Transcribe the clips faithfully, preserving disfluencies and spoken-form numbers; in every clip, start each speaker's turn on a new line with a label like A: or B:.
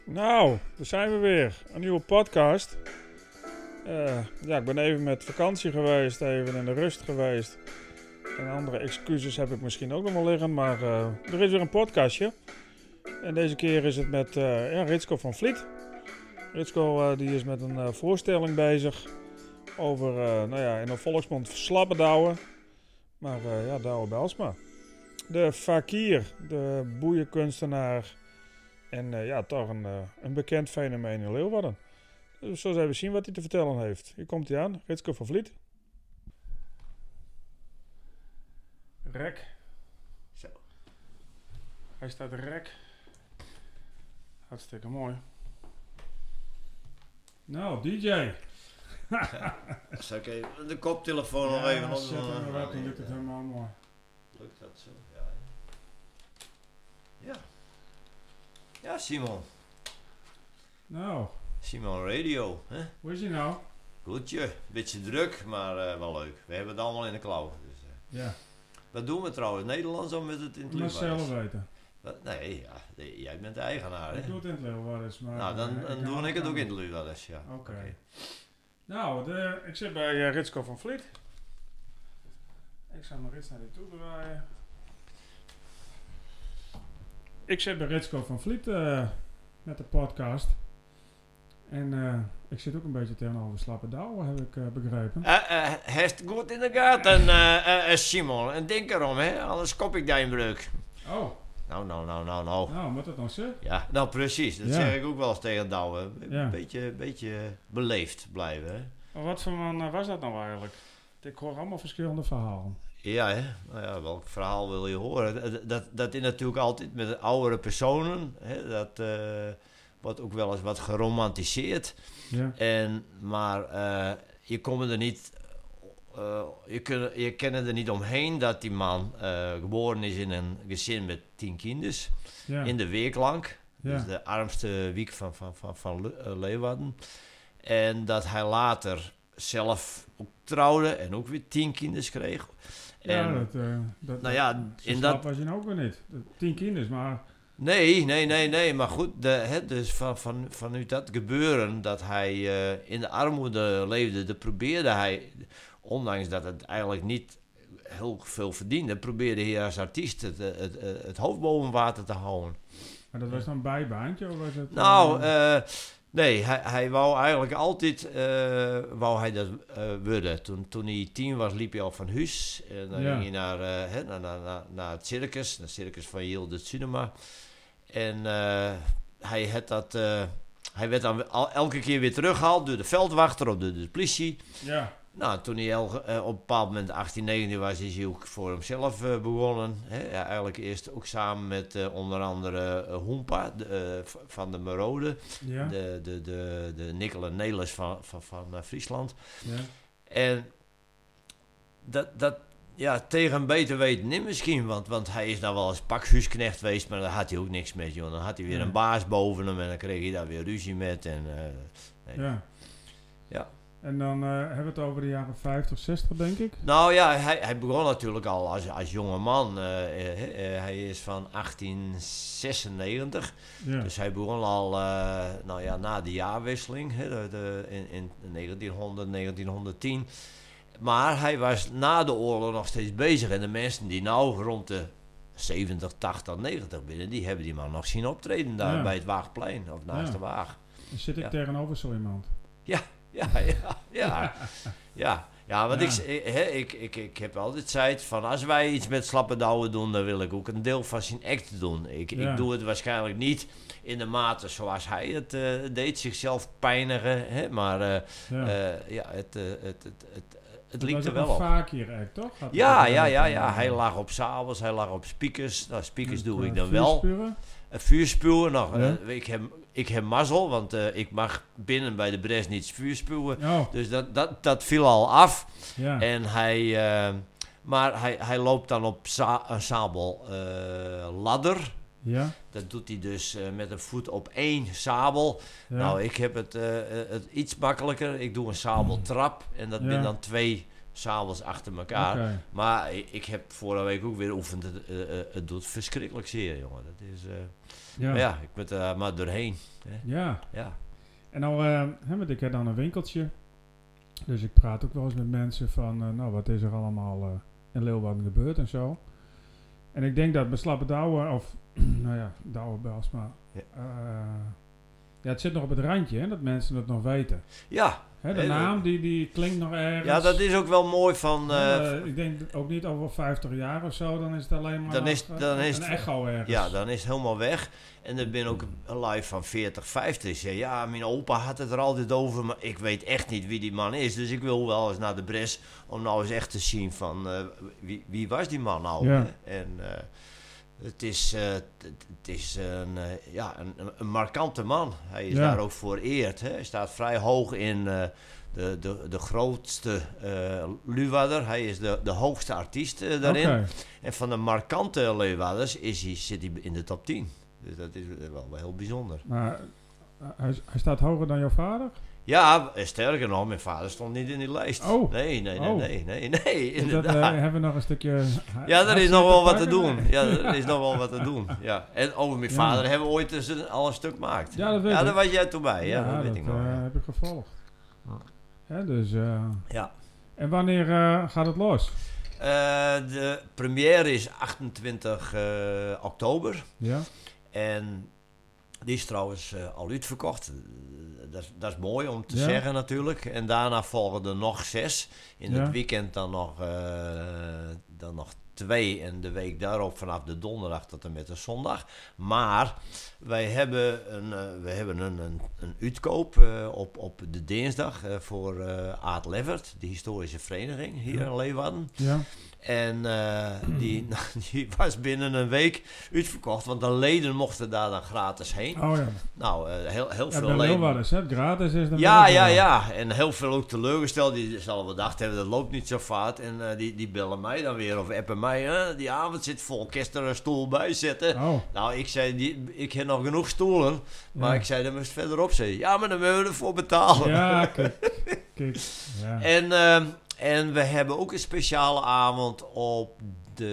A: Nou, daar zijn we weer. Een nieuwe podcast. Uh, ja, ik ben even met vakantie geweest, even in de rust geweest. En andere excuses heb ik misschien ook nog wel liggen, maar uh, er is weer een podcastje. En deze keer is het met uh, ja, Ritsko van Vliet. Ritsko uh, die is met een uh, voorstelling bezig over, uh, nou ja, in de volksmond slappe Douwe. Maar uh, ja, Douwe Bijlsma. De fakir, de boeienkunstenaar. En uh, ja, toch een, uh, een bekend fenomeen in Leeuwarden. Dus we zullen even zien wat hij te vertellen heeft. Hier komt hij aan, Ritsko van Vliet. Rek.
B: Zo.
A: Hij staat rek. Hartstikke mooi. Nou, D J.
B: Zal ik even de koptelefoon
A: Ja,
B: nog even op?
A: zet hem erop, dan lukt het helemaal mooi.
B: Lukt dat zo? Ja. Ja. Ja, Simon.
A: Nou.
B: Simon Radio, hè?
A: Hoe is hij nou?
B: Goedje. Beetje druk, maar uh, wel leuk. We hebben het allemaal in de klauwen. Dus, uh.
A: Ja.
B: Wat doen we trouwens? Nederlands of met het in het
A: Moet
B: Leeuwardens?
A: zelf weten.
B: Wat? Nee, ja. De, jij bent de eigenaar, hè?
A: Ik doe het in het Leeuwardens, maar...
B: Nou, dan,
A: uh,
B: dan
A: ik
B: doe ik het ook in
A: het
B: het Leeuwardens, ja.
A: Oké. Okay.
B: Okay.
A: Nou, de, ik zit bij uh, Ritsko van Vliet. Ik zal maar iets naar dit toe draaien. Ik zit bij Ritsko van Vliet uh, met de podcast. En uh, ik zit ook een beetje tegenover slappe Douwe, heb ik uh, begrepen.
B: Uh, uh, Heeft goed in de gaten, uh, uh, Simon. En denk erom, hè? Anders kop ik daar in breuk.
A: Oh.
B: Nou, nou, nou, nou, nou.
A: Nou, moet dat nog zo?
B: Ja, nou precies. Dat ja. zeg ik ook wel eens tegen Douwe. Een
A: ja.
B: beetje, beetje beleefd blijven, hè?
A: Maar wat voor man uh, was dat nou eigenlijk? Ik hoor allemaal verschillende verhalen.
B: Ja, hè? Nou ja, welk verhaal wil je horen? Dat, dat, dat is natuurlijk altijd met oudere personen. Hè? Dat uh, wordt ook wel eens wat geromantiseerd.
A: Ja.
B: En, maar uh, je komt er niet... Uh, je, kun, je kan er niet omheen dat die man uh, geboren is in een gezin met tien kinders.
A: Ja.
B: In de Weeklank.
A: Ja.
B: Dus de armste wiek van, van, van, van Le- uh, Leeuwarden. En dat hij later zelf ook trouwde en ook weer tien kinders kreeg. En,
A: ja, dat, uh, dat,
B: nou ja,
A: in dat was je nou ook weer niet. Tien kinders, maar...
B: Nee, nee, nee, nee. Maar goed, de, hè, dus van, van, vanuit dat gebeuren dat hij uh, in de armoede leefde, dat probeerde hij, ondanks dat het eigenlijk niet heel veel verdiende, probeerde hij als artiest het, het, het, het hoofd boven water te houden.
A: Maar dat was dan een bijbaantje of was het...
B: Nou, uh, nee, hij, hij wou eigenlijk altijd uh, wou hij dat uh, worden. Toen, toen hij tien was, liep hij al van huis. En dan
A: ja.
B: ging hij naar, uh, he, naar, naar, naar, naar het circus, naar het circus van Yildiz het Cinema. En uh, hij, had dat, uh, hij werd dan al, elke keer weer teruggehaald door de veldwachter of door de politie.
A: Ja.
B: Nou, toen hij el, uh, op een bepaald moment achttien, negentien was, is hij ook voor hemzelf uh, begonnen. Hè? Ja, eigenlijk eerst ook samen met uh, onder andere uh, Hoempa de, uh, van de Marode.
A: Ja.
B: De, de, de, de Nikkel en Nelis van, van, van uh, Friesland.
A: Ja.
B: En dat, dat ja, tegen beter weten niet misschien, want, want hij is nou wel eens pakhuisknecht geweest, maar daar had hij ook niks met, joh. Dan had hij weer
A: nee.
B: een baas boven hem en dan kreeg hij daar weer ruzie met. En, uh, nee.
A: Ja.
B: Ja.
A: En dan uh, hebben we het over de jaren vijftig, zestig, denk ik?
B: Nou ja, hij, hij begon natuurlijk al als, als jonge man. Uh, uh, uh, hij is van achttien zesennegentig. Ja. Dus hij begon al uh, nou ja, na de jaarwisseling, hè, de, de, in, in negentienhonderd, negentientien. Maar hij was na de oorlog nog steeds bezig. En de mensen die nou rond de zeventig, tachtig, negentig binnen, die hebben die man nog zien optreden daar ja. bij het Waagplein of naast ja. de Waag.
A: Dan zit ik
B: ja.
A: tegenover zo iemand.
B: Ja, ja, ja, ja. ja. Ja, want ja. Ik, he, ik, ik, ik heb altijd gezegd van als wij iets met slappe Douwe doen, dan wil ik ook een deel van zijn act doen. Ik, ja. ik doe het waarschijnlijk niet in de mate zoals hij het uh, deed, zichzelf pijnigen, hè, maar uh, ja. Uh, ja, het, uh, het, het, het, het liep er wel op.
A: Vaak hier echt, toch?
B: Had ja, ja, ja, ja. Hij lag op sabels, hij lag op speakers. Nou, speakers doe ik dan wel. Een vuurspuwen. Nou, ja. uh, ik, heb, ik heb mazzel, want uh, ik mag binnen bij de Bres niet vuurspuwen.
A: Oh.
B: Dus dat, dat, dat viel al af.
A: Ja.
B: En hij, uh, maar hij, hij loopt dan op za- een sabel uh, ladder.
A: Ja.
B: Dat doet hij dus uh, met een voet op één sabel. Ja. Nou, ik heb het, uh, het iets makkelijker. Ik doe een sabeltrap en dat ja. zijn dan twee s'avonds achter elkaar.
C: Okay.
B: Maar ik, ik heb vorige week ook weer oefend. Het, uh, uh, het doet verschrikkelijk zeer, jongen. Dat is, uh,
C: Ja.
B: Maar ja, ik ben er uh, maar doorheen. Hè.
C: Ja.
B: Ja.
C: En nou, uh, hè, want ik heb dan een winkeltje. Dus ik praat ook wel eens met mensen van, uh, nou, wat is er allemaal uh, in Leeuwarden gebeurd en zo. En ik denk dat bij Slappe Douwe, of, nou ja, Douwe Bijlsma,
B: Ja.
C: Uh, ja, het zit nog op het randje, hè, dat mensen het nog weten.
B: Ja.
C: Hè, de
B: He,
C: naam, die, die klinkt nog ergens.
B: Ja, dat is ook wel mooi van... Uh,
C: uh, ik denk ook niet over vijftig jaar of zo, dan is het alleen maar
B: dan is,
C: nog,
B: dan
C: uh,
B: is
C: een
B: het,
C: echo ergens.
B: Ja, dan is het helemaal weg. En er ben ook een live van veertig, vijftig. Zei, ja, mijn opa had het er altijd over, maar ik weet echt niet wie die man is. Dus ik wil wel eens naar de Bres om nou eens echt te zien van uh, wie, wie was die man nou.
C: Ja.
B: Hè? En uh, het is, uh, het is een, uh, ja, een, een markante man. Hij is
C: Ja.
B: daar ook voor eerd. Hè? Hij staat vrij hoog in uh, de, de, de grootste uh, Leeuwarder. Hij is de, de hoogste artiest uh, daarin.
C: Okay.
B: En van de markante Leeuwarders is hij, zit hij in de top tien. Dus dat is wel, wel heel bijzonder.
C: Maar uh, hij, hij staat hoger dan jouw vader?
B: Ja, sterker nog, mijn vader stond niet in die lijst.
C: Oh.
B: Nee, nee, nee,
C: Oh.
B: nee, nee, nee,
C: Dus
B: inderdaad.
C: dat, uh, hebben we nog een stukje...
B: Ja, er is nog wel wat te doen.
C: pakken?
B: Ja, er is nog wel wat te doen. Ja. En over mijn
C: Ja.
B: vader hebben we ooit dus een, al een stuk gemaakt.
C: Ja, dat weet
B: ja,
C: ik.
B: daar was jij toen bij. Ja,
C: Ja,
B: dat weet
C: dat
B: ik nog.
C: uh,
B: Ja.
C: heb ik gevolgd. Hè, dus, uh,
B: Ja.
C: en wanneer uh, gaat het los?
B: Uh, de première is achtentwintig uh, oktober.
C: Ja?
B: En die is trouwens uh, al uitverkocht. Dat is, dat is mooi om te
C: Ja.
B: zeggen natuurlijk. En daarna volgen er nog zes. In
C: Ja.
B: het weekend dan nog, uh, dan nog twee. En de week daarop vanaf de donderdag tot en met de zondag. Maar wij hebben een, uh, we hebben een, een, een uitkoop uh, op, op de dinsdag uh, voor uh, Aad Levert. De historische vereniging hier
C: Ja.
B: in Leeuwarden.
C: Ja?
B: En uh, die, die was binnen een week uitverkocht, want de leden mochten daar dan gratis heen.
C: Oh ja.
B: Nou, uh, heel, heel
C: Ja,
B: veel
C: bij
B: leden.
C: Leeuwarden, hè? Gratis is dan
B: Ja,
C: wel
B: ja,
C: zo.
B: ja. En heel veel ook teleurgesteld. Die zullen wel gedacht hebben, dat loopt niet zo vaart. En uh, die, die bellen mij dan weer, of appen mij. Hè? Die avond zit vol, kerst er een stoel bij zetten.
C: Oh,
B: Nou, ik zei, die, ik heb nog genoeg stoelen. Maar
C: Ja.
B: ik zei, dan moest verderop zeggen. Ja, maar dan moeten we ervoor betalen.
C: ja, kijk. kijk. Ja.
B: En, uh, en we hebben ook een speciale avond op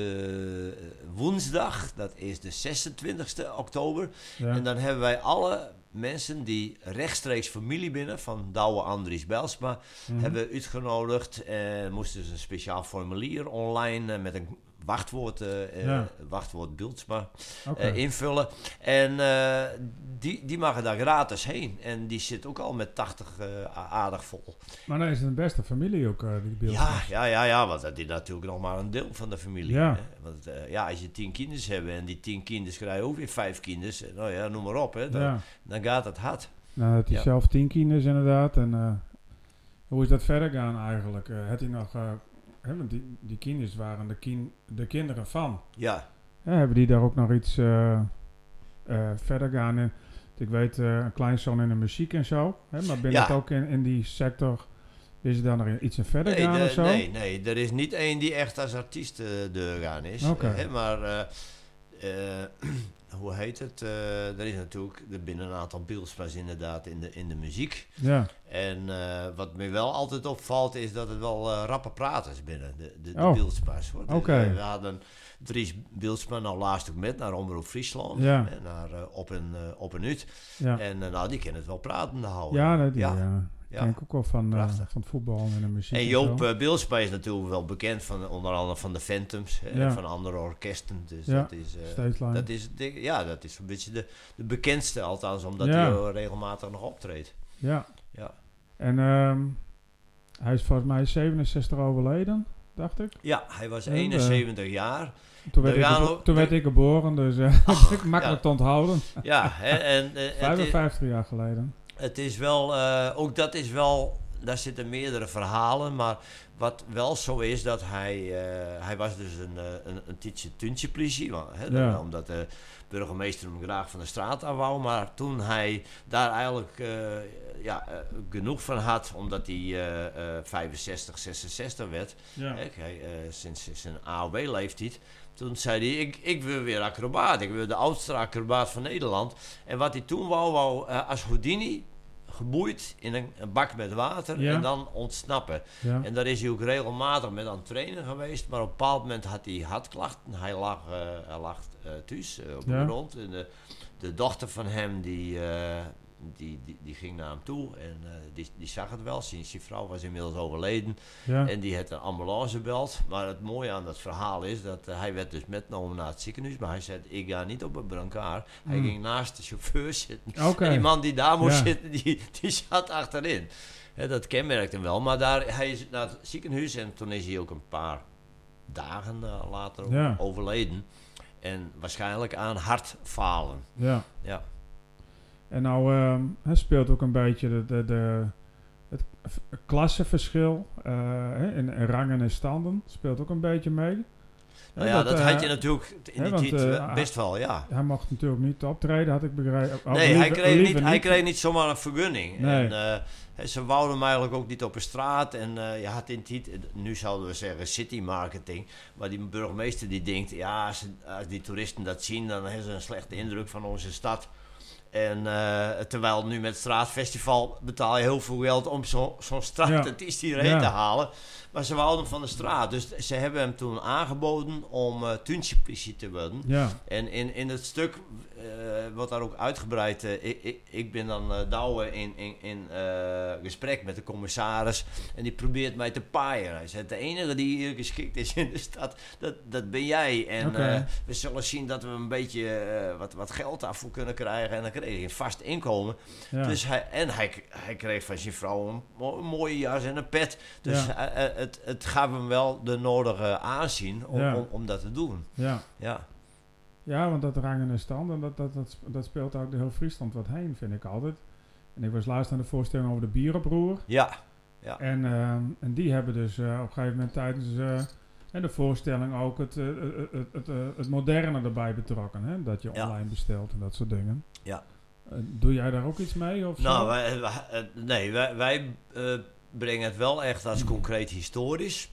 B: de woensdag. Dat is de zesentwintigste oktober.
C: Ja.
B: En dan hebben wij alle mensen die rechtstreeks familie binnen van Douwe Andries Bijlsma
C: Mhm.
B: hebben uitgenodigd. En moesten dus een speciaal formulier online uh, met een wachtwoord, uh,
C: Ja.
B: uh, wachtwoord Bijlsma
C: Oké.
B: uh, invullen. En uh, die, die mag daar gratis heen. En die zit ook al met tachtig uh, aardig vol.
C: Maar dan is het een beste familie ook, uh, die beeld.
B: Ja, ja, ja, ja, want dat is natuurlijk nog maar een deel van de familie.
C: Ja.
B: Hè? Want uh, ja, als je tien kinders hebt en die tien kinders krijgen ook weer vijf kinders, nou ja, noem maar op, hè, dan,
C: Ja.
B: dan gaat het hard.
C: Nou, had hij
B: Ja.
C: zelf tien kinders inderdaad. En uh, hoe is dat verder gaan eigenlijk? Uh, had hij nog... Uh, hè, want die, die kinders waren de, kin- de kinderen van.
B: Ja,
C: Ja, hebben die daar ook nog iets uh, uh, verder gaan in? Ik weet, uh, een kleinzoon in de muziek en zo. Hè, maar ben je
B: Ja.
C: het ook in, in die sector... Is je daar nog in iets in verder
B: nee,
C: gaan
B: de-
C: of zo?
B: nee, nee, er is niet één die echt als artiest uh, doorgaan is.
C: Oké.
B: Hè, maar, uh, uh, hoe heet het? Uh, er is natuurlijk, er binnen een aantal Bijlsma's inderdaad in de, in de muziek.
C: Ja,
B: En uh, wat me wel altijd opvalt is dat het wel uh, rappe praters binnen de, de, de
C: Oh.
B: Bijlsma's. hoor. Dus,
C: Oké.
B: uh, we hadden Dries Bijlsma nou laatst ook met naar Omroep Friesland.
C: Ja.
B: Hè, naar, uh, op een, uh, op een uit.
C: ja.
B: En uh, nou, die kan het wel pratende houden.
C: Ja, dat die,
B: ja.
C: ja.
B: Ja.
C: Ken ik ook wel van, uh,
B: Prachtig.
C: van het voetbal en de muziek.
B: En
C: en
B: Joop
C: zo.
B: uh, Bijlsma is natuurlijk wel bekend van onder andere van de Phantoms hè,
C: Ja.
B: en van andere orkesten. Dus
C: Ja,
B: dat is, uh,
C: Stageline.
B: dat is, de- ja, dat is een beetje de, de bekendste, althans, omdat
C: Ja.
B: hij uh, regelmatig nog optreedt.
C: Ja.
B: Ja.
C: En ehm hij is volgens mij zevenenzestig overleden, dacht ik.
B: Ja, hij was
C: En, uh,
B: eenenzeventig jaar.
C: Toen werd,
B: We
C: ik,
B: gaan
C: gebo-
B: ook-
C: toen
B: we-
C: werd ik geboren, dus uh, makkelijk
B: ja.
C: te onthouden.
B: Ja, hè, en uh, het, is,
C: vijfenvijftig jaar geleden.
B: het is wel, uh, ook dat is wel, daar zitten meerdere verhalen, maar wat wel zo is, dat hij, uh, hij was dus een, uh, een, een tietje tuntje politie, want, hè,
C: Ja.
B: dat- omdat de burgemeester hem graag van de straat af wou, maar toen hij daar eigenlijk uh, ja, uh, genoeg van had, omdat hij uh, uh, vijfenzestig, zesenzestig werd,
C: Ja.
B: hè, hij, uh, sinds zijn A O W-leeftijd. Toen zei hij, ik, ik wil weer acrobaat. Ik wil de oudste acrobaat van Nederland. En wat hij toen wou, wou uh, als Houdini geboeid in een, een bak met water
C: Ja.
B: en dan ontsnappen.
C: Ja.
B: En daar is hij ook regelmatig met aan het trainen geweest. Maar op een bepaald moment had hij hartklachten. Hij lag, uh, hij lag uh, thuis uh, op de
C: Ja.
B: grond. En de, de dochter van hem die, uh, die, die, die ging naar hem toe. En uh, die, die zag het wel. Zijn, zijn vrouw was inmiddels overleden.
C: Ja.
B: En die had een ambulance gebeld. Maar het mooie aan dat verhaal is dat uh, hij werd dus metgenomen naar het ziekenhuis. Maar hij zei, ik ga niet op een brancard. Hij
C: Mm.
B: ging naast de chauffeur zitten.
C: Oké.
B: En die man die daar moest
C: Ja.
B: zitten, die, die zat achterin. He, dat kenmerkt hem wel. Maar daar, hij is naar het ziekenhuis en toen is hij ook een paar dagen uh, later ook
C: Ja.
B: overleden. En waarschijnlijk aan hartfalen.
C: Ja.
B: Ja.
C: En nou ehm, hij speelt ook een beetje de, de, de, het v- klassenverschil uh, hè, in, in rangen en standen. Speelt ook een beetje mee.
B: Nou
C: Hè,
B: ja,
C: dat,
B: dat
C: eh,
B: had je natuurlijk in
C: hè,
B: die
C: want,
B: tijd
C: uh,
B: best wel, ja.
C: Hij mocht natuurlijk niet optreden, had ik begrepen. Of
B: Nee,
C: liever-
B: hij, kreeg
C: liever
B: niet, hij kreeg niet zomaar een vergunning.
C: Nee.
B: En, uh, he, ze wouden hem eigenlijk ook niet op de straat. En uh, je had in die tijd, nu zouden we zeggen city marketing. Maar die burgemeester die denkt, ja, als, als die toeristen dat zien, dan hebben ze een slechte indruk van onze stad. En uh, terwijl nu met het straatfestival betaal je heel veel geld om zo, zo'n straatartiest
C: Ja.
B: hierheen
C: Ja.
B: te halen. Maar ze wouden hem van de straat. Dus ze hebben hem toen aangeboden om uh, tuintjepolitie te worden.
C: Ja.
B: En in, in het stuk uh, wordt daar ook uitgebreid. Uh, ik, ik, ik ben dan uh, douwe in, in, in uh, gesprek met de commissaris. En die probeert mij te paaien. Hij zegt, de enige die hier geschikt is in de stad, dat, dat ben jij. En
C: Okay.
B: uh, we zullen zien dat we een beetje uh, wat, wat geld af voor kunnen krijgen. En dan kreeg hij een vast inkomen.
C: Ja.
B: Dus hij, en hij, hij kreeg van zijn vrouw een, mo- een mooie jas en een pet. Dus
C: Ja.
B: uh, uh, het, het gaf hem wel de nodige aanzien om,
C: Ja.
B: om, om dat te doen.
C: Ja.
B: Ja.
C: Ja, want dat rangen en standen, dat, dat, dat, dat speelt ook de heel Friesland wat heen, vind ik altijd. En ik was laatst aan de voorstelling over de Bierenbroer.
B: Ja. Ja.
C: En, ehm, en die hebben dus uh, op een gegeven moment tijdens uh, en de voorstelling ook het, uh, het, het, uh, het moderne erbij betrokken. Hè? Dat je
B: Ja.
C: online bestelt en dat soort dingen.
B: Ja.
C: Uh, doe jij daar ook iets mee? Of
B: Nou,
C: zo?
B: wij, wij, uh, nee, wij, wij uh, brengen het wel echt als concreet historisch.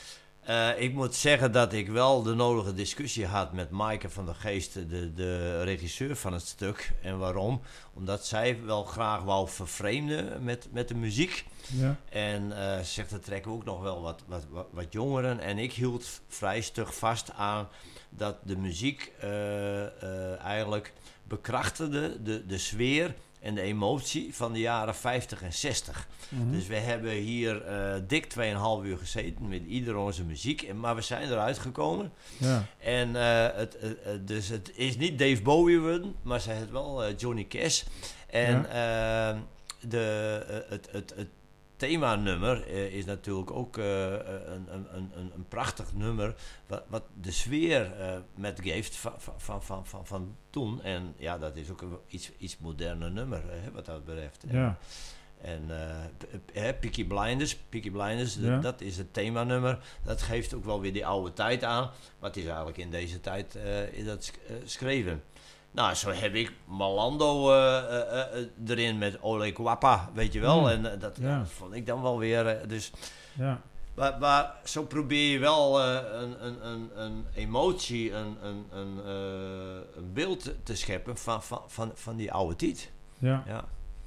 B: Uh, ik moet zeggen dat ik wel de nodige discussie had met Maaike van der Geest, de, de regisseur van het stuk. En waarom? Omdat zij wel graag wou vervreemden met, met de muziek.
C: Ja.
B: En uh, ze zegt, er trekken ook nog wel wat, wat, wat, wat jongeren. En ik hield vrij stug vast aan dat de muziek uh, uh, eigenlijk bekrachtigde de, de sfeer en de emotie van de jaren vijftig en zestig.
C: Mm-hmm.
B: Dus we hebben hier uh, dik twee en een half uur gezeten met ieder onze muziek. En, maar we zijn eruit gekomen.
C: Ja.
B: En uh, het, uh, dus het is niet Dave Bowie worden, maar ze het wel uh, Johnny Cash. En ja. uh, de, uh, het, het, het themanummer uh, is natuurlijk ook uh, een, een, een, een prachtig nummer. Wat, wat de sfeer uh, met geeft van, van, van, van, van toen. En ja, dat is ook een iets, iets moderner nummer uh, wat dat betreft.
C: Ja.
B: En uh, uh, Peaky Blinders, Peaky Blinders
C: Ja.
B: dat, dat is het themanummer. Dat geeft ook wel weer die oude tijd aan. Maar het is eigenlijk in deze tijd uh, is dat uh, geschreven. Nou, zo heb ik Malando uh, uh, uh, erin met Ole Guapa, weet je wel.
C: Mm.
B: En uh, dat,
C: Ja.
B: ja, dat vond ik dan wel weer. Uh, dus,
C: Ja.
B: maar, maar zo probeer je wel uh, een, een, een, een emotie, een, een, een, uh, een beeld te scheppen van, van, van, van die oude tijd.
C: Ja.
B: Ja.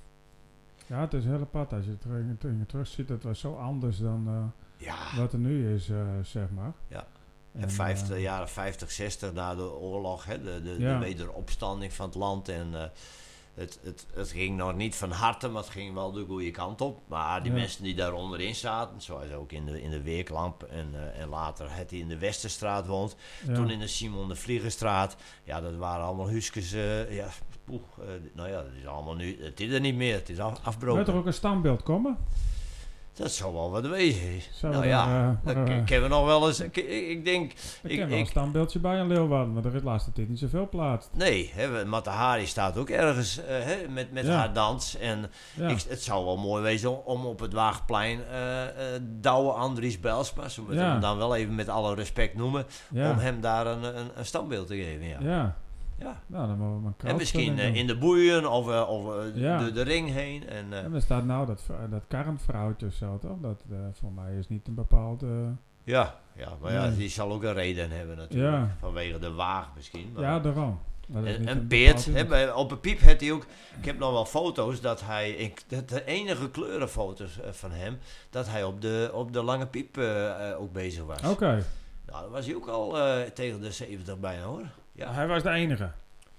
C: Ja, het is heel apart. Als je het terug, terug, terug ziet, het was zo anders dan uh,
B: Ja.
C: wat er nu is, uh, zeg maar.
B: Ja. En vijftig, uh, jaren vijftig, zestig na de oorlog, hè, de, de,
C: ja.
B: de wederopstanding van het land. En uh, het, het, het ging nog niet van harte, maar het ging wel de goede kant op. Maar die
C: ja.
B: mensen die daar onderin zaten, zoals ook in de, in de Weerklamp en, uh, en later het die in de Westerstraat woont.
C: Ja.
B: Toen in de Simon de Vliegerstraat. Ja, dat waren allemaal huisjes. Uh, ja, poeh, uh, nou ja, dat is allemaal nu. Het is er niet meer, het is af, afgebroken.
C: Moet er ook een standbeeld komen?
B: Dat zou wel wat wezen.
C: Zou
B: Nou
C: er,
B: ja,
C: uh,
B: dat
C: uh,
B: kennen we nog wel eens. Ik, ik denk.
C: Ik
B: ik,
C: ken wel een
B: ik,
C: standbeeldje bij een Leeuwarden, maar er is de laatste tijd niet zoveel plaats.
B: Nee, hè, Matahari staat ook ergens uh, hè, met, met
C: Ja.
B: haar dans. En
C: Ja.
B: ik, het zou wel mooi wezen om op het Waagplein uh, uh, Douwe Andries Belsma, zo moeten we
C: Ja.
B: hem dan wel even met alle respect noemen,
C: Ja.
B: om hem daar een, een, een standbeeld te geven. Ja.
C: Ja.
B: Ja.
C: Nou, dan moeten we maar een
B: En misschien
C: crowdfunding
B: uh,
C: doen.
B: in de boeien of, uh, of uh,
C: Ja.
B: de, de ring heen. En, uh,
C: En er staat nou dat, v- dat karrenvrouwtje of zo, toch? Dat uh, voor mij is niet een bepaald... Uh,
B: ja, ja, maar ja,
C: Nee.
B: die zal ook een reden hebben natuurlijk.
C: Ja.
B: Vanwege de waag misschien. Maar,
C: ja, daarom. Dat is
B: En,
C: niet
B: en
C: een
B: Peert,
C: bepaald
B: hè,
C: iemand.
B: bij- op een piep had hij ook... Ik heb nog wel foto's dat hij... Ik, dat de enige kleurenfoto's eh, van hem... Dat hij op de, op de lange piep eh, eh, ook bezig was.
C: Oké,
B: Nou, dan was hij ook al eh, tegen de zeventig bijna, hoor. Ja.
C: hij was de enige.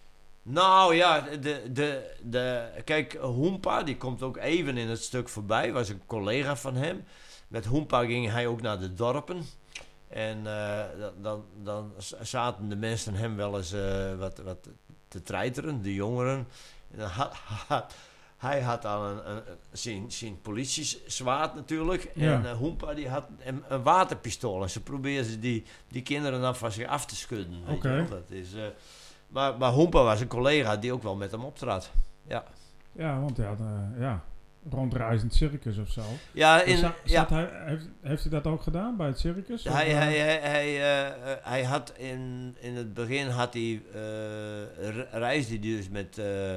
B: Nou ja, de, de, de, kijk, Hoempa, die komt ook even in het stuk voorbij. Was een collega van hem. Met Hoempa ging hij ook naar de dorpen. En eh, dan, dan, dan zaten de mensen hem wel eens uh, wat, wat te treiteren, de jongeren. En dan had, had, hij had dan een, een, zijn, zijn politiezwaard natuurlijk.
C: Ja.
B: En uh, Hoempa die had een, een waterpistool. En ze probeerden die, die kinderen dan van zich af te schudden. Weet
C: Oké.
B: je wel. Dat is, uh, maar, maar Hoempa was een collega die ook wel met hem optrad. Ja,
C: Ja, want hij had uh, ja, rondreizend circus of zo.
B: ja,
C: Dus
B: in,
C: za-
B: ja.
C: zat hij, heeft, heeft hij dat ook gedaan bij het circus? Of,
B: Hij,
C: uh,
B: hij, hij, hij, uh, hij had in, in het begin had hij, uh, re- reisde hij dus met, uh,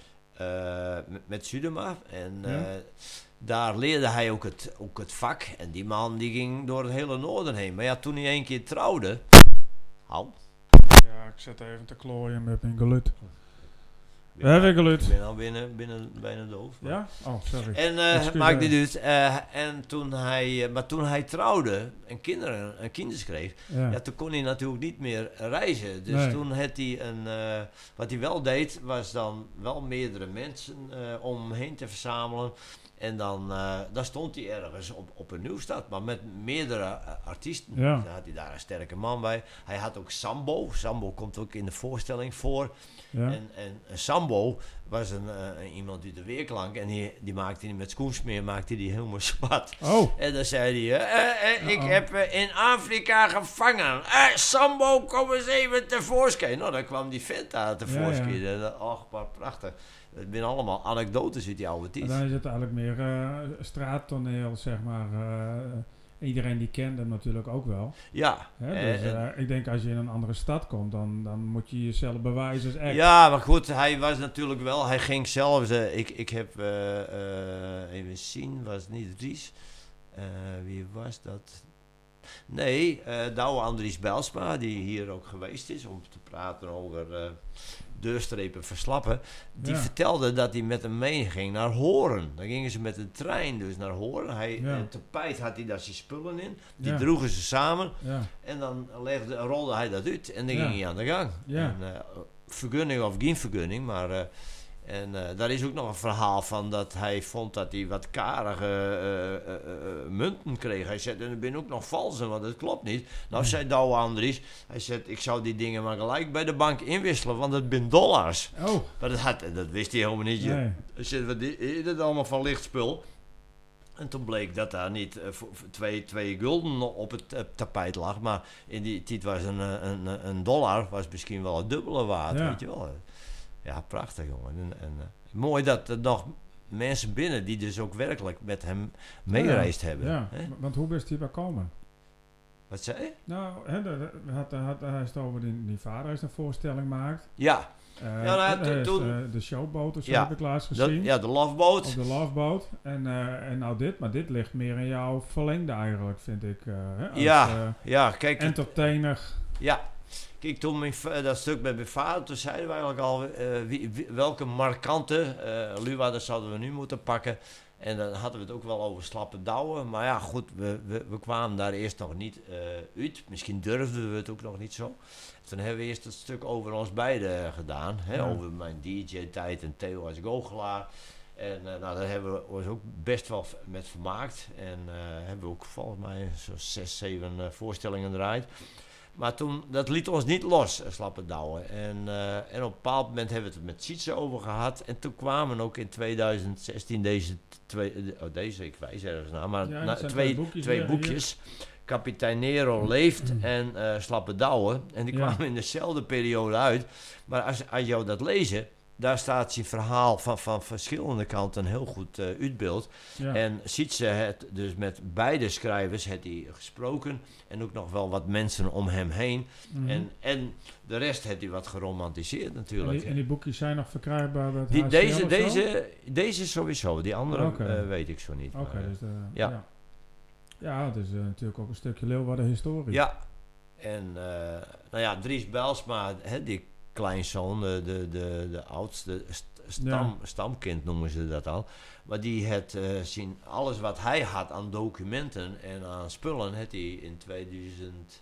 B: uh, met, met Sudema. En uh,
C: Ja.
B: daar leerde hij ook het, ook het vak. En die man die ging door het hele noorden heen. Maar ja, toen hij een keer trouwde... Hou.
C: Ja, ik zet even te klooien met mijn geluid. We hebben geluid.
B: Ik ben al binnen, binnen bijna doof. maar-
C: Ja? Oh, sorry.
B: En uh,
C: Excuus,
B: maakt
C: eh.
B: niet uit. Uh, en toen hij, uh, maar toen hij trouwde en kinderen en kinderen kreeg,
C: Ja.
B: ja, toen kon hij natuurlijk niet meer reizen. Dus
C: Nee.
B: toen had hij een, uh, wat hij wel deed, was dan wel meerdere mensen uh, om hem heen te verzamelen. En dan, uh, dan stond hij ergens op, op een nieuwstad, maar met meerdere uh, artiesten.
C: Ja.
B: Dan had hij daar een sterke man bij. Hij had ook Sambo. Sambo komt ook in de voorstelling voor.
C: Ja.
B: En, en uh, Sambo was een, uh, iemand uit de weerklank. En die, die maakte hij met schoensmeer maakte die helemaal zwart.
C: Oh,
B: En dan zei hij, uh, uh, ik
C: Uh-oh.
B: heb uh, in Afrika gevangen. Uh, Sambo, kom eens even tevoorschijn. Nou, dan kwam die vent daar tevoorschijn.
C: Ja, ja.
B: En, uh, och, wat prachtig. Het zijn allemaal anekdotes uit die oude
C: maar
B: tijd.
C: dan is het eigenlijk meer uh, straattoneel, zeg maar. Uh, iedereen die kent hem natuurlijk ook wel.
B: Ja.
C: Hè?
B: eh,
C: Dus
B: en-
C: uh, ik denk als je in een andere stad komt, dan, dan moet je jezelf bewijzen als act.
B: Ja, maar goed, hij was natuurlijk wel, hij ging zelf, uh, ik, ik heb, uh, uh, even zien, was het niet Ries? Uh, wie was dat? Nee, uh, Douwe Andries Bijlsma, die hier ook geweest is om te praten over uh, deurstrepen verslappen. Die
C: Ja.
B: vertelde dat hij met hem meeging naar Hoorn. Dan gingen ze met de trein dus naar Hoorn. Hij,
C: Ja.
B: Een tapijt had hij daar zijn spullen in. Die
C: Ja.
B: droegen ze samen.
C: Ja.
B: En dan legde, rolde hij dat uit en dan
C: Ja.
B: ging hij aan de gang.
C: Ja.
B: En, uh, vergunning of geen vergunning, maar... Uh, en uh, daar is ook nog een verhaal van dat hij vond dat hij wat karige uh, uh, uh, munten kreeg. Hij zei, en er zijn ook nog valse, want dat klopt niet. Nou,
C: Nee.
B: zei Douwe Andries, hij zei, ik zou die dingen maar gelijk bij de bank inwisselen, want het zijn dollars.
C: Oh,
B: Maar dat, had, dat wist hij helemaal niet. joh.
C: nee.
B: Hij zei, wat is dit allemaal van licht spul? En toen bleek dat daar niet uh, voor, voor twee, twee gulden op het uh, tapijt lag. Maar in die tijd was een, uh, een, een dollar was misschien wel het dubbele waard,
C: Ja.
B: weet je wel. Ja, prachtig jongen. En, en, uh, mooi dat er nog mensen binnen die dus ook werkelijk met hem meegereisd hebben.
C: Ja,
B: Hè?
C: w- want hoe is hij bij komen?
B: Wat zei je?
C: Nou, hè, de, de- had, had, hij is het over die, die vader is een voorstelling maakt.
B: Ja,
C: Uh,
B: Ja, nou,
C: hij is,
B: toen-
C: uh, de showboot of zo
B: Ja,
C: heb ik laatst
B: de,
C: gezien.
B: ja de Loveboat.
C: Op de Loveboat. En, uh, en nou dit, maar dit ligt meer in jouw verlengde eigenlijk, vind ik. Uh, hè, als,
B: Ja,
C: uh,
B: ja, kijk.
C: entertainer.
B: Ja, kijk, toen mijn, va- dat stuk met mijn vader, toen zeiden we eigenlijk al uh, wie, wie- welke markante uh, Luwa zouden we nu moeten pakken. En dan hadden we het ook wel over slappe douwen. Maar ja, goed, we, we, we kwamen daar eerst nog niet uh, uit. Misschien durfden we het ook nog niet zo. Toen hebben we eerst het stuk over ons beiden gedaan. Hè,
C: Ja.
B: Over mijn D J-tijd en Theo als goochelaar. En uh, nou, daar hebben we ons ook best wel v- met vermaakt. En uh, hebben we ook volgens mij zo'n zes, zeven uh, voorstellingen eruit. Maar toen, dat liet ons niet los, uh, slappe douwen. En, uh, en op een bepaald moment hebben we het met Sietse over gehad. En toen kwamen ook in tweeduizend zestien deze twee, uh, oh deze, ik wijs ergens naar, maar
C: Ja,
B: na-
C: het zijn
B: twee,
C: twee boekjes
B: twee
C: weer
B: boekjes. Kapitein Nero leeft en uh, slappe douwen. En die
C: Ja.
B: kwamen in dezelfde periode uit. Maar als, als jou dat lezen, daar staat zijn verhaal van, van verschillende kanten heel goed uh, uitbeeld.
C: Ja.
B: En Sietse het dus met beide schrijvers heeft hij gesproken. En ook nog wel wat mensen om hem heen.
C: Mhm.
B: En, en de rest heeft hij wat geromantiseerd
C: En
B: natuurlijk.
C: die, en die boekjes zijn nog verkrijgbaar bij het
B: Die,
C: H C L
B: deze,
C: of zo?
B: deze, deze sowieso. Die andere
C: Oké.
B: uh, weet ik zo niet.
C: Oké,
B: maar, uh,
C: dus uh,
B: ja.
C: ja. Ja, het is uh, natuurlijk ook een stukje Leeuwarden historie.
B: ja. En uh, nou ja, Dries Bijlsma, hè, die kleinzoon, de, de, de, de oudste st- stam,
C: Ja.
B: stamkind noemen ze dat al. Maar die het uh, zien, alles wat hij had aan documenten en aan spullen, had hij in tweeduizend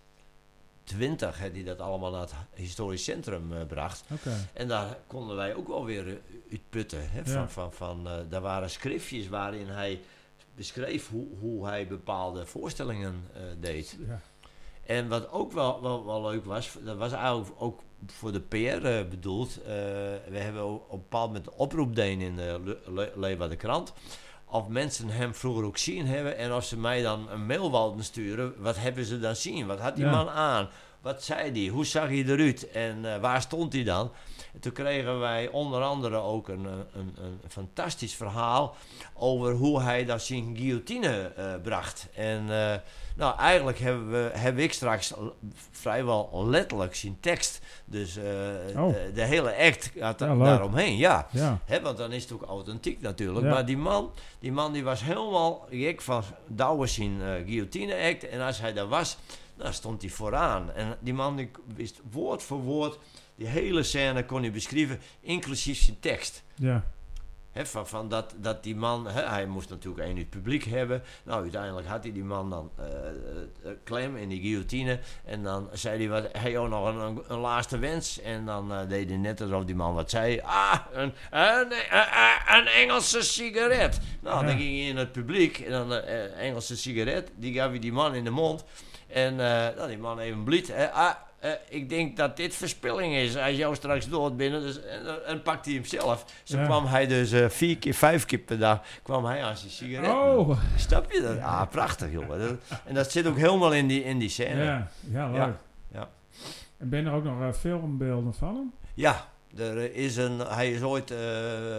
B: twintig had hij dat allemaal naar het historisch centrum uh, bracht.
C: Okay.
B: En daar konden wij ook wel weer uh, uitputten. Hè, van,
C: Ja.
B: van, van, uh, daar waren schriftjes waarin hij beschreef hoe, hoe hij bepaalde voorstellingen uh, deed.
C: Ja.
B: En wat ook wel, wel, wel leuk was, dat was eigenlijk ook voor de P R uh, bedoeld. Uh, we hebben op een bepaald moment een oproep gedaan in de Le- Le- Leeuwarden Krant. Of mensen hem vroeger ook zien hebben en of ze mij dan een mail wilden sturen. Wat hebben ze dan zien? Wat had die
C: Ja.
B: man aan? Wat zei hij? Hoe zag hij eruit? En uh, waar stond hij dan? En toen kregen wij onder andere ook een, een, een fantastisch verhaal over hoe hij dat zijn guillotine uh, bracht. En uh, nou, eigenlijk hebben we, heb ik straks vrijwel letterlijk zijn tekst. Dus uh,
C: Oh.
B: de, de hele act gaat
C: Ja,
B: da-
C: leuk.
B: daaromheen. Ja.
C: Ja.
B: He, want dan is het ook authentiek natuurlijk.
C: Ja.
B: Maar die man, die man die was helemaal gek van Douwe zijn uh, guillotine act. En als hij daar was, dan stond hij vooraan. En die man die wist woord voor woord, die hele scène kon hij beschrijven, inclusief zijn tekst.
C: Ja.
B: He, van, van dat, dat die man, he, hij moest natuurlijk één uit het publiek hebben. Nou, uiteindelijk had hij die man dan uh, uh, klem in die guillotine. En dan zei hij, wat, hij had nog een, een, een laatste wens. En dan uh, deed hij net alsof die man wat zei. Ah, een, een, een, een Engelse sigaret. Nou,
C: Ja.
B: dan ging hij in het publiek. En dan een uh, Engelse sigaret, die gaf hij die man in de mond. En uh, nou, die man even blied. Uh, ah, Uh, ik denk dat dit verspilling is. Als jou straks dood binnen. Dus, en, en pakte hij hem zelf. Zo
C: Ja.
B: kwam hij dus uh, vier keer, vijf keer per dag. Kwam hij aan zijn sigaret.
C: Oh.
B: Snap je dat? Ah, prachtig, jongen. Dat, en dat zit ook helemaal in die, in die scène. Ja.
C: Ja. Ja, leuk.
B: Ja. Ja.
C: En ben je er ook nog uh, filmbeelden van hem?
B: ja, er is een. Hij is ooit uh,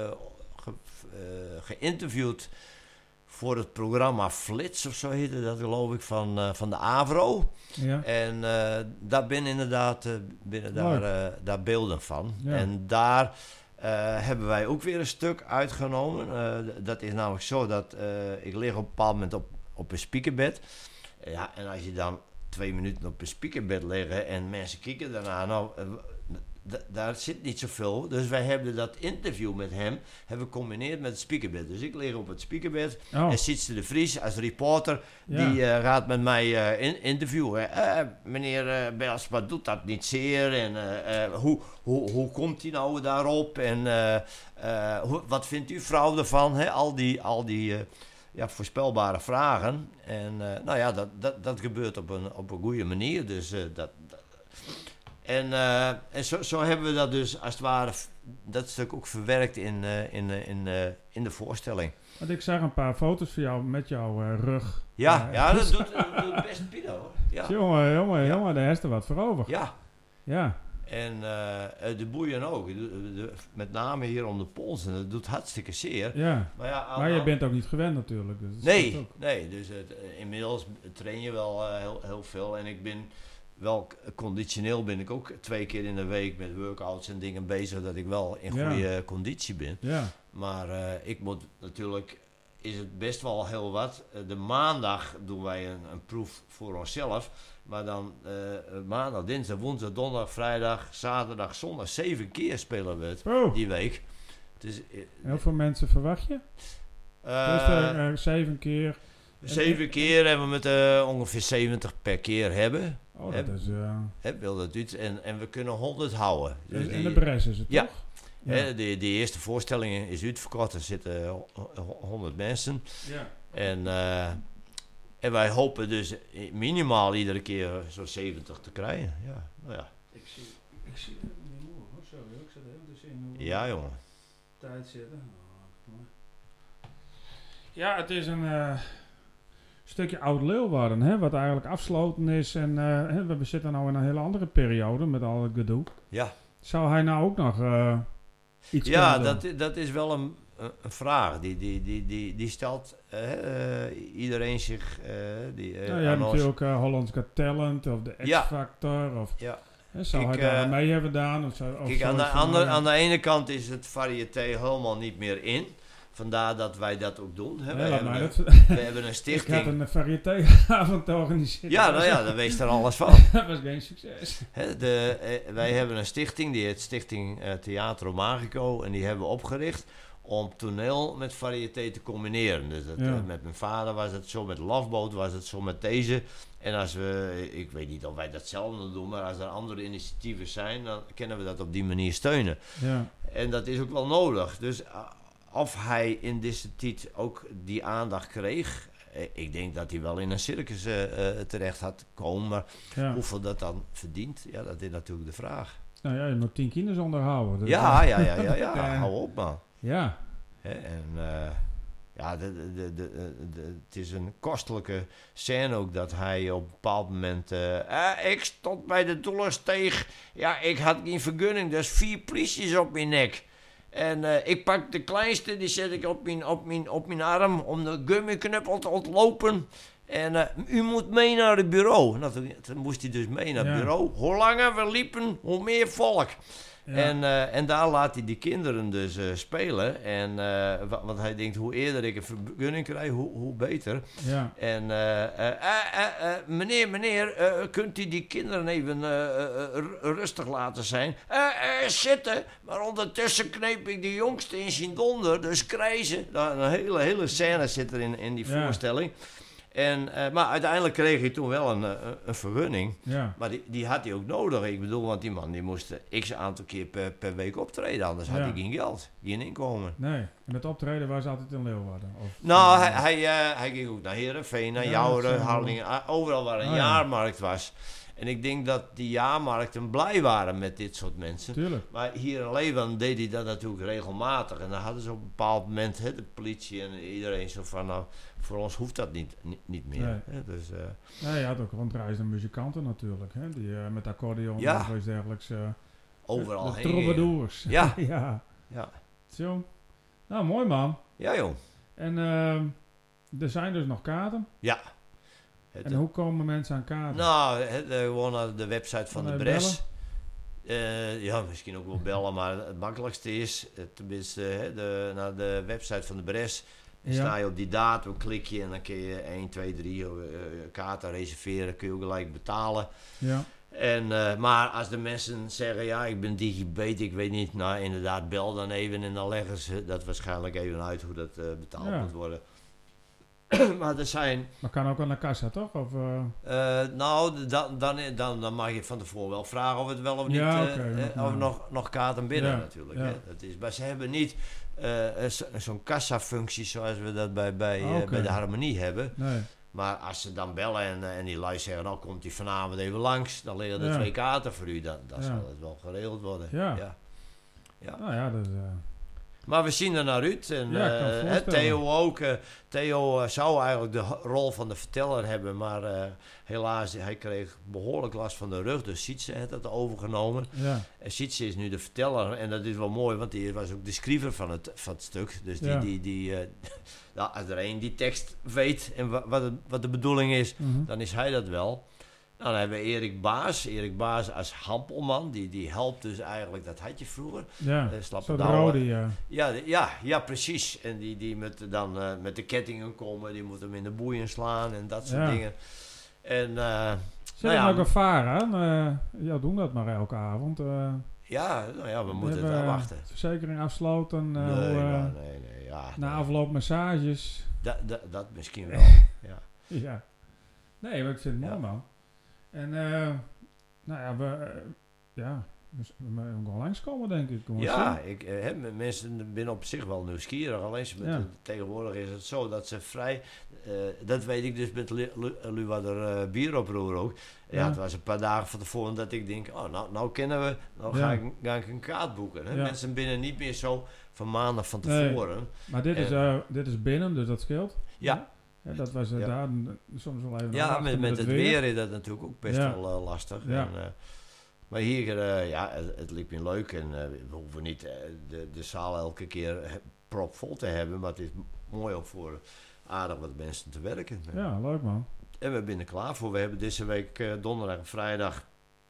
B: ge, uh, geïnterviewd voor het programma Flits of zo heette dat, geloof ik, van, uh, van de Avro.
C: Ja.
B: En uh, daar ben inderdaad uh, binnen daar, uh, daar beelden van.
C: Ja.
B: En daar uh, hebben wij ook weer een stuk uitgenomen. Uh, d- dat is namelijk zo dat uh, ik lig op een bepaald moment op, op een speakerbed. Ja, en als je dan twee minuten op een speakerbed liggen en mensen kijken daarna, nou, uh, d- daar zit niet zoveel. Dus wij hebben dat interview met hem hebben gecombineerd met het speakerbed. Dus ik lig op het speakerbed.
C: Oh.
B: En Sietse de Vries als reporter,
C: Ja.
B: die uh, gaat met mij uh, in, interviewen. Uh, meneer uh, Bels, wat doet dat niet zeer? En uh, uh, hoe, hoe, hoe komt hij nou daarop? En uh, uh, hoe, wat vindt uw vrouw ervan? Hè? Al die, al die uh, ja, voorspelbare vragen. En uh, nou ja, dat, dat, dat gebeurt op een, op een goede manier. Dus uh, dat... dat En, uh, en zo, zo hebben we dat dus als het ware, f- dat stuk ook verwerkt in, uh, in, uh, in, uh, in de voorstelling.
C: Want ik zag een paar foto's van jou met jouw uh, rug.
B: Ja,
C: Uh,
B: ja dat, doet, dat doet best Pino hoor. Ja,
C: Jongen, jongen,
B: Ja.
C: jongen, daar is er wat voor over.
B: ja.
C: Ja.
B: En uh, de boeien ook. De, de, met name hier om de polsen. Dat doet hartstikke zeer.
C: Ja.
B: Maar, ja, aan-
C: Maar je
B: aan-
C: bent ook niet gewend natuurlijk. Dus dat
B: Nee,
C: scheelt ook.
B: nee. Dus het, uh, inmiddels train je wel uh, heel, heel veel. En ik ben wel k- conditioneel ben ik ook twee keer in de week met workouts en dingen bezig. Dat ik wel in
C: Ja.
B: goede conditie ben.
C: Ja.
B: Maar uh, ik moet natuurlijk, is het best wel heel wat. Uh, de maandag doen wij een, een proef voor onszelf. Maar dan uh, maandag, dinsdag, woensdag, donderdag, vrijdag, zaterdag, zondag. Zeven keer spelen we het
C: Oh,
B: die week. Dus, uh,
C: en hoeveel mensen verwacht je?
B: uh,
C: Dus er, uh, zeven keer.
B: zeven keer en we moeten uh, ongeveer zeventig per keer hebben.
C: Oh,
B: Heb-
C: dat is... Uh,
B: Hè, wil dat iets. En, en we kunnen honderd houden. Dus
C: en
B: die-
C: de bres is het
B: Ja.
C: toch?
B: hè, de, de eerste voorstelling is uitverkocht. Er zitten ho- ho- honderd mensen.
C: Ja.
B: En, uh, en wij hopen dus minimaal iedere keer zo'n zeventig te krijgen. Ja, nou ja.
C: Ik zie, ik zie het niet moe hoor. Sorry, ik zit heel te zien hoe
B: Ja, jongen.
C: tijd zitten. Ja, het is een uh, stukje oud Leeuwarden, hè, wat eigenlijk afsloten is. En uh, hè, we zitten nou in een hele andere periode met al het gedoe.
B: Ja,
C: Zou hij nou ook nog uh, iets
B: ja
C: kunnen
B: dat,
C: doen?
B: dat is wel een, een een vraag. Die, die, die, die, die stelt uh, uh, iedereen zich. Uh, die, uh,
C: Nou, je hebt
B: aan ons-
C: natuurlijk uh, Hollands Got Talent of de
B: Ja.
C: X-Factor. Of,
B: Ja.
C: hè, zou
B: Ik,
C: hij daar
B: uh,
C: mee hebben gedaan? Of zou, of
B: Kijk, aan de,
C: zoiets van,
B: andere,
C: uh,
B: aan de ene kant is het variété helemaal niet meer in. vandaar dat wij dat ook doen. Hè.
C: Ja,
B: wij, hebben
C: maar
B: een,
C: dat,
B: we hebben een stichting.
C: ik had een variétéavond georganiseerd.
B: Ja, nou ja, dan wees er alles van.
C: Dat was geen succes.
B: Hè, de, eh, wij hebben een stichting, die heet Stichting uh, Theatro Magico. En die hebben we opgericht om toneel met variëteit te combineren. Dus dat,
C: Ja.
B: uh, met mijn vader was het zo, met Loveboat was het zo, met deze. En als we, ik weet niet of wij datzelfde doen, maar als er andere initiatieven zijn, dan kunnen we dat op die manier steunen.
C: Ja,
B: En dat is ook wel nodig. Dus uh, of hij in deze tijd ook die aandacht kreeg, eh, ik denk dat hij wel in een circus uh, uh, terecht had komen, maar
C: ja.
B: hoeveel dat dan verdient, ja, dat is natuurlijk de vraag.
C: Nou ja, je moet tien kinders onderhouden. Dus
B: Ja,
C: uh,
B: ja, ja, ja, ja,
C: eh,
B: hou op man.
C: Ja,
B: Hè, en uh, ja, de, de, de, de, de, het is een kostelijke scène ook dat hij op een bepaald moment... Uh, eh, ik stond bij de Dollarsteeg. Ja, ik had geen vergunning, dus vier polities op mijn nek. En uh, ik pak de kleinste, die zet ik op mijn, op mijn, op mijn arm om de gummiknuppel te ontlopen. En uh, u moet mee naar het bureau. Nou, toen, toen moest hij dus mee naar het
C: Ja.
B: bureau. Hoe langer we liepen, hoe meer volk.
C: ja.
B: En, uh, en daar laat hij die kinderen dus uh, spelen. En, uh, wa- want hij denkt, hoe eerder ik een vergunning krijg, hoe, hoe beter.
C: ja.
B: En uh, uh, uh, uh, uh, meneer, meneer, uh, kunt u die kinderen even uh, uh, r- rustig laten zijn? Uh, uh, zitten. Maar ondertussen kneep ik de jongste in zijn donder, dus krijzen. Nou, een hele, hele scène zit er in, in die
C: Ja.
B: voorstelling. En, uh, maar uiteindelijk kreeg hij toen wel een, uh, een vergunning.
C: Ja,
B: Maar die, die had hij ook nodig. Ik bedoel, want die man die moest uh, x aantal keer per, per week optreden. Anders had
C: Ja.
B: hij geen geld, geen inkomen.
C: nee. En het optreden was altijd in Leeuwarden. Of,
B: Nou,
C: uh,
B: hij, hij, uh, hij ging ook naar Heerenveen, naar
C: Ja,
B: Jouweren,
C: dat zijn
B: Harlingen. uh, overal waar een
C: Oh, ja.
B: jaarmarkt was. En ik denk dat die jaarmarkten blij waren met dit soort mensen.
C: Tuurlijk.
B: Maar hier in Leeuwarden deed hij dat natuurlijk regelmatig. En dan hadden ze op een bepaald moment, hè, de politie en iedereen zo van... nou, voor ons hoeft dat niet, niet, niet meer.
C: Nee.
B: Hè, dus, uh,
C: Nee, je had ook rondreizende muzikanten natuurlijk. Hè? Die uh, met accordeon
B: Ja.
C: of iets dergelijks. Uh,
B: overal
C: de
B: heen.
C: troubadours.
B: Ja.
C: ja.
B: Ja.
C: Zo. Nou, mooi man.
B: Ja, joh.
C: En uh, er zijn dus nog kaarten.
B: Ja. Het,
C: En hoe komen mensen aan kaarten?
B: Nou, het, uh, gewoon naar de website van
C: Kan
B: de
C: hij
B: Bres. Uh, ja, misschien ook wel bellen, maar het makkelijkste is, uh, tenminste, uh, de, naar de website van de Bres. Dan
C: Ja.
B: sta je op die datum, klik je en dan kun je één, twee, drie uh, kaarten reserveren, kun je ook gelijk betalen.
C: Ja.
B: En, uh, maar als de mensen zeggen, ja, ik ben digibet, ik weet niet, nou inderdaad, bel dan even en dan leggen ze dat waarschijnlijk even uit hoe dat uh, betaald
C: Ja.
B: moet worden. Maar er zijn...
C: Maar kan ook aan de kassa, toch? Of, uh,
B: Uh, nou, dan, dan, dan, dan mag je van tevoren wel vragen of het wel of niet,
C: Ja,
B: uh,
C: oké,
B: uh,
C: nog
B: of
C: maar.
B: nog, nog kaarten binnen
C: Ja,
B: natuurlijk.
C: ja.
B: Hè. Dat is, maar ze hebben niet uh, zo, zo'n kassafunctie zoals we dat bij, bij, uh,
C: Oké.
B: bij de Harmonie hebben.
C: nee.
B: Maar als ze dan bellen en, uh, en die lui zeggen, nou komt hij vanavond even langs, dan liggen er
C: Ja.
B: twee kaarten voor u, dan, dan
C: Ja.
B: zal het wel geregeld worden.
C: Ja.
B: Ja. Ja.
C: Nou ja, dat is... Uh,
B: Maar we zien er naar uit. En,
C: Ja, ik kan me
B: eh, hè,
C: voorstellen.
B: Theo ook. uh, Theo uh, zou eigenlijk de ho- rol van de verteller hebben. Maar uh, helaas, hij kreeg behoorlijk last van de rug. Dus Sietse heeft dat overgenomen.
C: ja.
B: En Sietse is nu de verteller. En dat is wel mooi, want die was ook de schrijver van het, van het stuk. Dus die,
C: Ja.
B: die, die, uh, nou, als er een die tekst weet en wa- wat, het- wat de bedoeling is,
C: Mhm.
B: dan is hij dat wel. Nou, dan hebben we Erik Baas. Erik Baas als hampelman. Die, die helpt dus eigenlijk, dat had je vroeger.
C: Ja,
B: Uh, slappe
C: zo de
B: douwe.
C: rode, ja.
B: Ja, de- ja, ja, precies. En die, die met, dan uh, met de kettingen komen, die moeten hem in de boeien slaan en dat soort
C: Ja.
B: dingen. En uh,
C: Zit
B: nou
C: er
B: ja,
C: nog een vaar aan? Uh, ja, doen dat maar elke avond. Uh,
B: ja, nou ja, we moeten het
C: hebben,
B: afwachten.
C: uh, Verzekering afsloten. Uh,
B: nee,
C: hoe, uh,
B: nou, nee, nee, ja.
C: na
B: nee.
C: afloop massages.
B: Dat, dat, dat misschien wel, ja.
C: Ja. Nee, maar ik vind het
B: Ja.
C: mooi, man. En, uh, nou ja, we... Uh, ja, dus we moeten gewoon langskomen, denk ik. Gewoon
B: Ja,
C: zien.
B: ik, uh, hè, m- mensen zijn op zich wel nieuwsgierig. Alleen ze met
C: Ja.
B: de- tegenwoordig is het zo dat ze vrij... Uh, dat weet ik dus met Lu- Lu- Luwader uh, Bieroproer ook. Ja,
C: Ja.
B: het was een paar dagen van tevoren dat ik denk... Oh, nou, nou kennen we... Nou
C: Ja.
B: ga, ik, ga ik een kaart boeken. Hè?
C: Ja.
B: Mensen binnen niet meer zo van maanden van
C: Nee.
B: tevoren.
C: Maar dit, is, uh, dit is binnen, dus dat scheelt.
B: Ja.
C: Ja, dat was uh,
B: Ja.
C: daar uh, soms wel even
B: Ja,
C: afwachten
B: met, met het weer. is dat natuurlijk ook best
C: Ja.
B: wel uh, lastig.
C: Ja.
B: En, uh, maar hier, uh, ja, het, het liep me leuk. En uh, we hoeven niet uh, de, de zaal elke keer uh, propvol te hebben. Maar het is m- mooi om voor aardig wat mensen te werken.
C: Ja, leuk man.
B: En we zijn er klaar voor. We hebben deze week uh, donderdag en vrijdag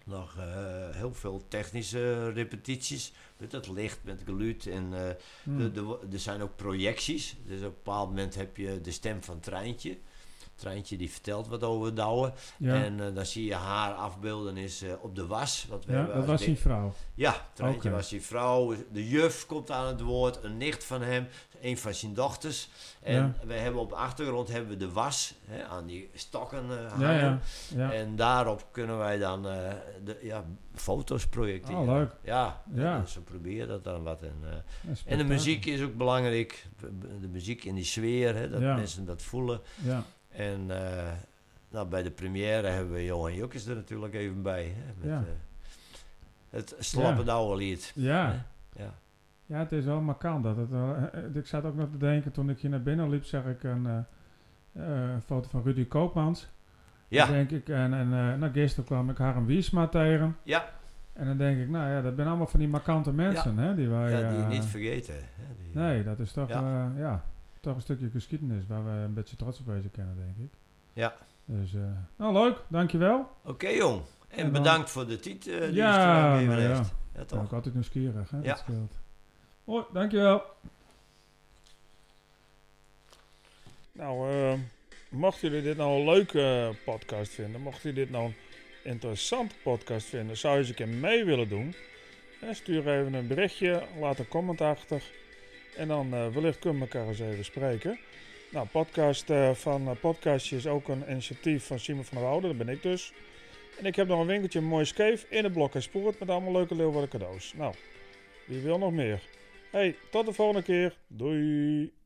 B: nog uh, heel veel technische repetities. Met het licht, met geluid. En uh,
C: Hmm.
B: de, de, er zijn ook projecties. Dus op een bepaald moment heb je de stem van Treintje. Treintje die vertelt wat over Douwe.
C: Ja,
B: En uh, dan zie je haar afbeelden is uh, op de was. Wat we
C: ja
B: hebben
C: dat
B: als
C: was
B: de-
C: die vrouw.
B: Ja, Treintje
C: Oké.
B: was die vrouw. De juf komt aan het woord. Een nicht van hem. Een van zijn dochters. En
C: Ja.
B: we hebben op de achtergrond hebben we de was. Hè, aan die stokken uh,
C: Ja,
B: hangen.
C: ja. ja.
B: En daarop kunnen wij dan uh, de, ja, foto's projecteren.
C: Oh, leuk.
B: Ja,
C: Ja.
B: dus we proberen dat dan wat. En, uh,
C: Ja,
B: en de
C: spektakel.
B: muziek is ook belangrijk. De muziek in die sfeer, hè, dat
C: Ja.
B: mensen dat voelen.
C: Ja,
B: En uh, nou, bij de première hebben we Johan Jokkes er natuurlijk even bij. Hè, met
C: Ja.
B: uh, het slappe
C: Ja.
B: Douwe lied.
C: ja.
B: Hè? Ja.
C: Ja, het is wel markant. Dat het, wel- eh, ik zat ook nog te denken, toen ik hier naar binnen liep, zag ik een eh, eh, foto van Rudy Koopmans.
B: Ja.
C: Dan denk ik, en, en uh, nou, gisteren kwam ik Harm Wiesma tegen.
B: Ja.
C: En dan denk ik, nou ja, dat zijn allemaal van die markante mensen, hè, die wij...
B: ja, die je
C: eh,
B: niet vergeten. Hè, die,
C: Nee, dat is toch,
B: Ja.
C: ja. ja, toch een stukje geschiedenis waar we een beetje trots op wezen kennen, denk ik.
B: Ja.
C: Dus, uh, nou leuk, dankjewel.
B: Oké okay, jong. En,
C: En dan-
B: bedankt voor de tijd uh, die
C: Ja,
B: je gegeven
C: nou ja.
B: heeft. Ja,
C: Ik ben
B: toch?
C: ook altijd nieuwsgierig, hè,
B: Ja.
C: dat scheelt. Hoi, dankjewel.
A: Nou, uh, mochten jullie dit nou een leuke podcast vinden, mochten jullie dit nou een interessante podcast vinden, zou je eens een keer mee willen doen? Eh, stuur even een berichtje, laat een comment achter en dan uh, wellicht kunnen we elkaar eens even spreken. Nou, podcast uh, van uh, Podcastje is ook een initiatief van Simon van der Woude, dat ben ik dus. En ik heb nog een winkeltje, een mooi skeef in de Blok en Spoort met allemaal leuke Leeuwarden cadeaus. Nou, wie wil nog meer? Hey, tot de volgende keer. Doei!